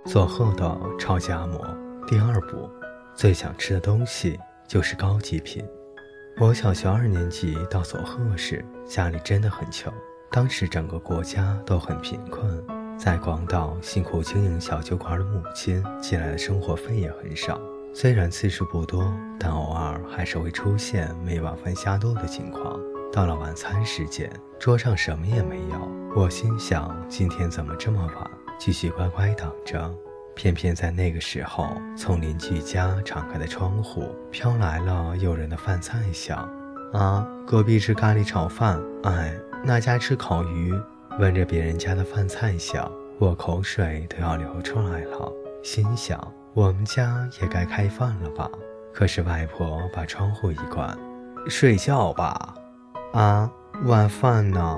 佐贺的超级阿嬷第2部，最想吃的东西就是高级品。我小学2年级到佐贺时，家里真的很穷，当时整个国家都很贫困，在广岛辛苦经营小酒馆的母亲寄来的生活费也很少，虽然次数不多，但偶尔还是会出现没晚饭下肚的情况。到了晚餐时间，桌上什么也没有，我心想今天怎么这么晚，继续乖乖等着。偏偏在那个时候，从邻居家敞开的窗户飘来了诱人的饭菜香。啊，隔壁吃咖喱炒饭，哎，那家吃烤鱼。闻着别人家的饭菜香，我口水都要流出来了，心想我们家也该开饭了吧。可是外婆把窗户一关，睡觉吧。啊，晚饭呢？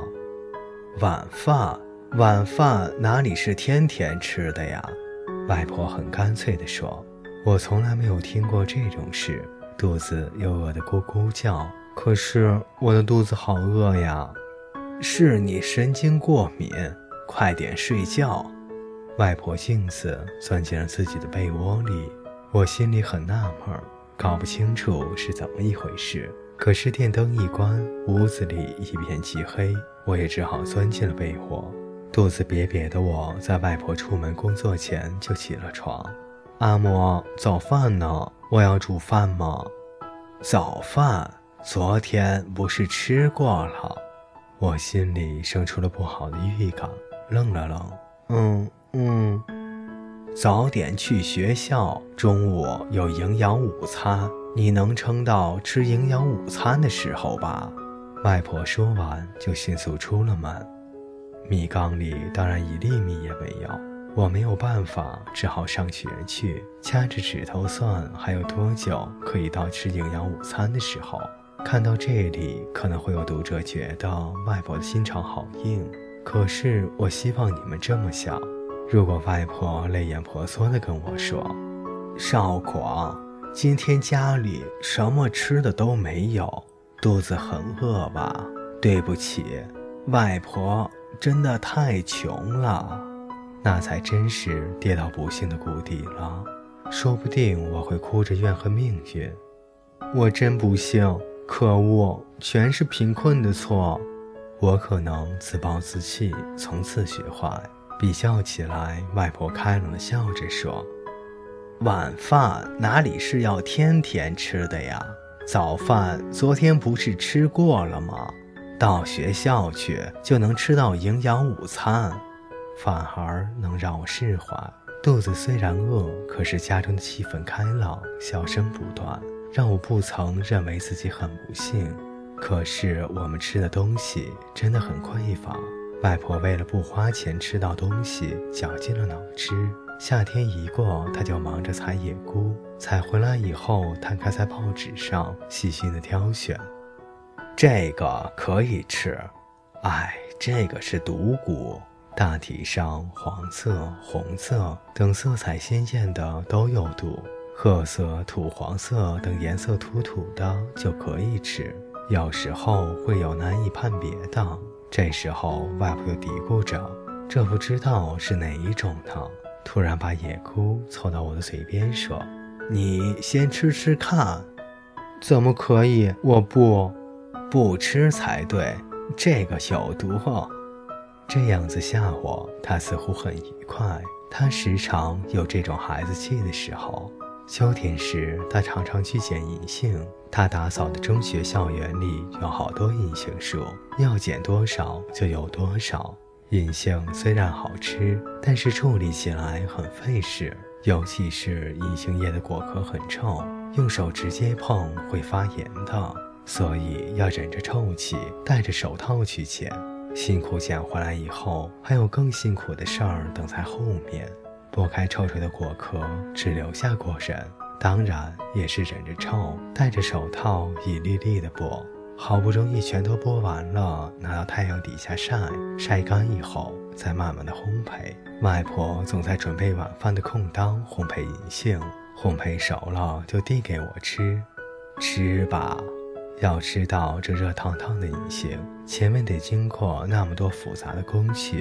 晚饭哪里是天天吃的呀？外婆很干脆地说。我从来没有听过这种事，肚子又饿得咕咕叫，可是我的肚子好饿呀。是你神经过敏，快点睡觉。外婆镜子钻进了自己的被窝里，我心里很纳闷，搞不清楚是怎么一回事。可是电灯一关，屋子里一片漆黑，我也只好钻进了被窝。肚子瘪瘪的我在外婆出门工作前就起了床。阿嬷，早饭呢？我要煮饭吗？早饭？昨天不是吃过了？我心里生出了不好的预感，愣了愣。早点去学校，中午有营养午餐，你能撑到吃营养午餐的时候吧？外婆说完就迅速出了门。米缸里当然一粒米也没有，我没有办法，只好上学去，掐着指头算还有多久可以到吃营养午餐的时候。看到这里，可能会有读者觉得外婆的心肠好硬，可是我希望你们这么想。如果外婆泪眼婆娑地跟我说，少广，今天家里什么吃的都没有，肚子很饿吧？对不起，外婆真的太穷了，那才真是跌到不幸的谷底了。说不定我会哭着怨恨命运。我真不幸，可恶，全是贫困的错。我可能自暴自弃，从此学坏。比较起来，外婆开朗地笑着说，晚饭哪里是要天天吃的呀？早饭昨天不是吃过了吗？到学校去就能吃到营养午餐，反而能让我释怀。肚子虽然饿，可是家中的气氛开朗，笑声不断，让我不曾认为自己很不幸。可是我们吃的东西真的很匮乏。外婆为了不花钱吃到东西，绞尽了脑汁。夏天一过，她就忙着采野菇，采回来以后摊开在报纸上，细心的挑选。这个可以吃，这个是毒菇。大体上黄色、红色等色彩鲜艳的都有毒，褐色、土黄色等颜色土土的就可以吃，有时候会有难以判别的。这时候外婆又嘀咕着，这不知道是哪一种呢？突然把野菇凑到我的嘴边说，你先吃吃看。怎么可以？我不吃才对，这个有毒哦。这样子吓我，他似乎很愉快。他时常有这种孩子气的时候。秋天时，他常常去捡银杏。他打扫的中学校园里有好多银杏树，要捡多少就有多少。银杏虽然好吃，但是处理起来很费事，尤其是银杏叶的果壳很臭，用手直接碰会发炎的，所以要忍着臭气，戴着手套去捡。辛苦捡回来以后，还有更辛苦的事儿等在后面。剥开臭臭的果壳，只留下果仁，当然也是忍着臭，戴着手套一粒粒的剥。好不容易全都剥完了，拿到太阳底下晒，晒干以后再慢慢的烘焙。外婆总在准备晚饭的空当烘焙银杏，烘焙熟了就递给我吃。吃吧。要知道这热烫烫的银杏，前面得经过那么多复杂的工序，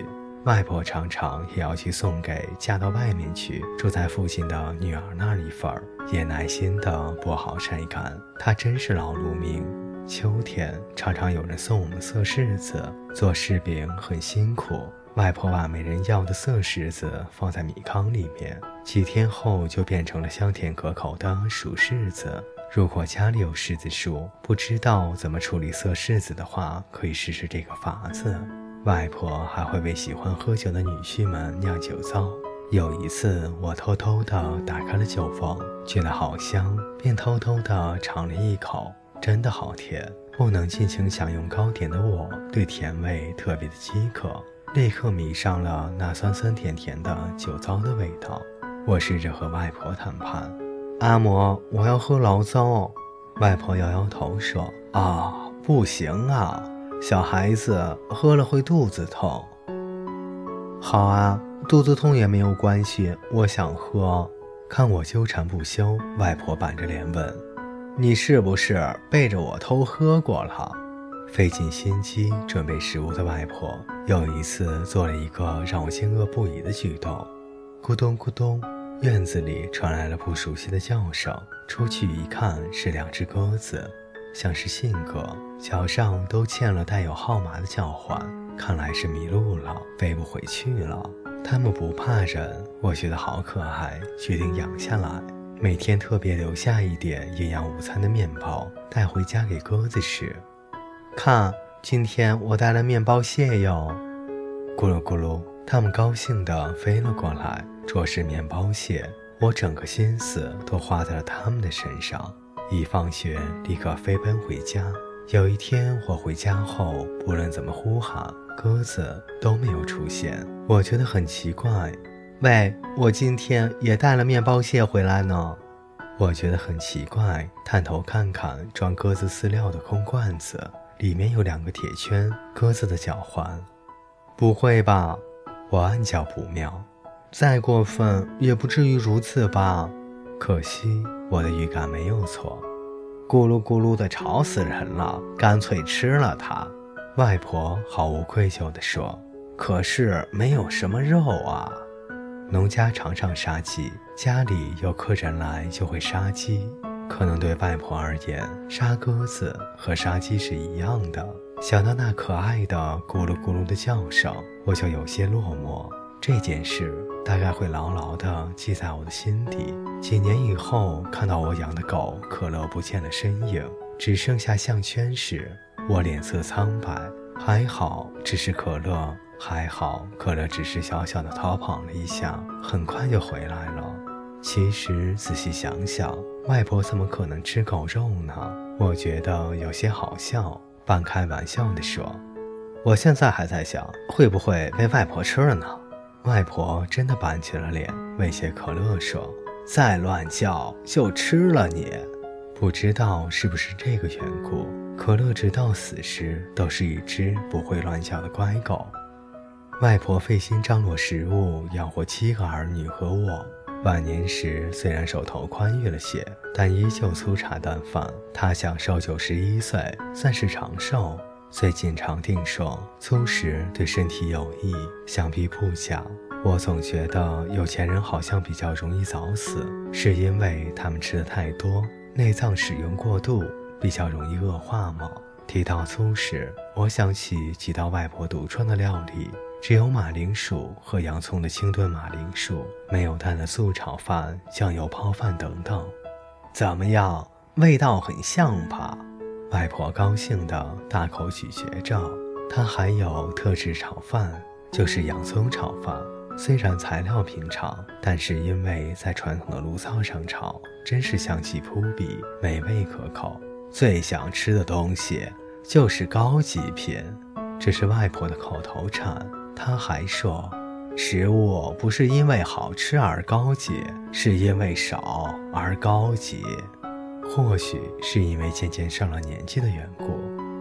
外婆常常也要去送给嫁到外面去住在附近的女儿那儿一份儿，也耐心地剥好晒干。她真是劳碌命。秋天常常有人送我们色柿子，做柿饼很辛苦。外婆把没人要的色柿子放在米糠里面，几天后就变成了香甜可口的熟柿子。如果家里有柿子树，不知道怎么处理色柿子的话，可以试试这个法子。外婆还会为喜欢喝酒的女婿们酿酒糟。有一次，我偷偷地打开了酒封，觉得好香，便偷偷地尝了一口，真的好甜。不能尽情享用糕点的我，对甜味特别的饥渴，立刻迷上了那酸酸甜甜的酒糟的味道。我试着和外婆谈判：“阿嬷，我要喝醪糟。”外婆摇摇头说：“啊，不行啊，小孩子喝了会肚子痛。”“好啊，肚子痛也没有关系，我想喝。”看我纠缠不休，外婆板着脸问：“你是不是背着我偷喝过了？”费尽心机准备食物的外婆有一次做了一个让我惊愕不已的举动。咕咚咕咚，院子里传来了不熟悉的叫声，出去一看是2只鸽子，像是信鸽，脚上都嵌了带有号码的脚环，看来是迷路了，飞不回去了。它们不怕人，我觉得好可爱，决定养下来。每天特别留下一点营养午餐的面包，带回家给鸽子吃。看，今天我带了面包屑哟！咕噜咕噜，它们高兴地飞了过来，啄食面包屑。我整个心思都花在了它们的身上。一放学，立刻飞奔回家。有一天我回家后，不论怎么呼喊，鸽子都没有出现。我觉得很奇怪。喂，我今天也带了面包屑回来呢。我觉得很奇怪，探头看看装鸽子饲料的空罐子，里面有2个铁圈，鸽子的脚环。不会吧？我暗叫不妙。再过分也不至于如此吧？可惜我的预感没有错。咕噜咕噜的吵死人了，干脆吃了它。外婆毫无愧疚地说。可是没有什么肉啊。农家常常杀鸡，家里有客人来就会杀鸡。可能对外婆而言，杀鸽子和杀鸡是一样的。想到那可爱的咕噜咕噜的叫声，我就有些落寞。这件事大概会牢牢地记在我的心底。几年以后，看到我养的狗可乐不见了身影，只剩下项圈时，我脸色苍白。还好只是可乐，还好可乐只是小小的逃跑了一下，很快就回来了。其实仔细想想，外婆怎么可能吃狗肉呢？我觉得有些好笑，半开玩笑地说：“我现在还在想，会不会被外婆吃了呢？”外婆真的板起了脸，威胁可乐说：“再乱叫就吃了你。”不知道是不是这个缘故，可乐直到死时都是一只不会乱叫的乖狗。外婆费心张罗食物，养活7个儿女和我。晚年时虽然手头宽裕了些，但依旧粗茶淡饭。她享受91岁，算是长寿。最近常听说粗食对身体有益，想必不假。我总觉得有钱人好像比较容易早死，是因为他们吃的太多，内脏使用过度，比较容易恶化吗？提到粗食，我想起几道外婆独创的料理，只有马铃薯和洋葱的清炖马铃薯，没有蛋的素炒饭、酱油泡饭等等。怎么样，味道很像吧？外婆高兴地大口咀嚼着。她还有特制炒饭，就是洋葱炒饭。虽然材料平常，但是因为在传统的炉灶上炒，真是香气扑鼻，美味可口。最想吃的东西就是高级品，这是外婆的口头禅。她还说，食物不是因为好吃而高级，是因为少而高级。或许是因为渐渐上了年纪的缘故，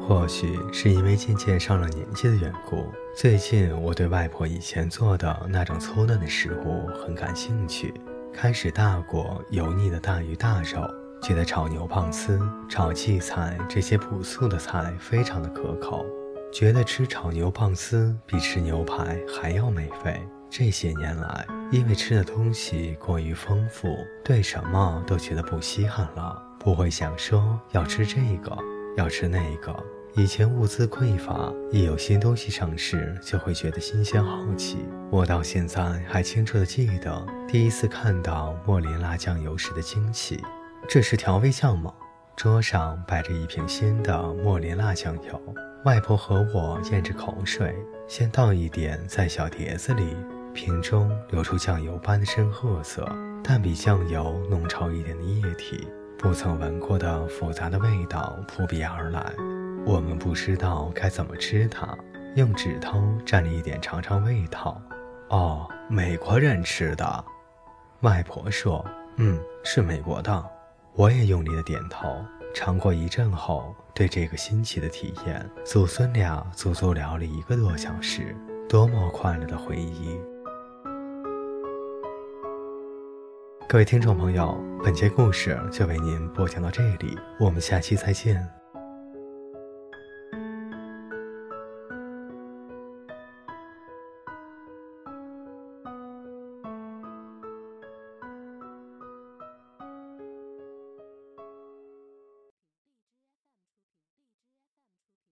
最近我对外婆以前做的那种粗嫩的食物很感兴趣，开始大过油腻的大鱼大肉，觉得炒牛蒡丝、炒荠菜这些朴素的菜非常的可口。 觉得吃炒牛蒡丝比吃牛排还要美味。这些年来，因为吃的东西过于丰富，对什么都觉得不稀罕了，不会想说要吃这个，要吃那个。以前物资匮乏，一有新东西上市就会觉得新鲜好奇。我到现在还清楚地记得第一次看到莫林辣酱油时的惊奇。这是调味酱吗？桌上摆着一瓶新的莫林辣酱油，外婆和我咽着口水，先倒一点在小碟子里，瓶中流出酱油般的深褐色，但比酱油浓稠一点的液体，不曾闻过的复杂的味道扑鼻而来。我们不知道该怎么吃它，用指头蘸了一点尝尝味道。哦，美国人吃的。外婆说，是美国的。我也用力的点头。尝过一阵后，对这个新奇的体验，祖孙俩足足聊了1个多小时，多么快乐的回忆。各位听众朋友，本节故事就为您播讲到这里，我们下期再见。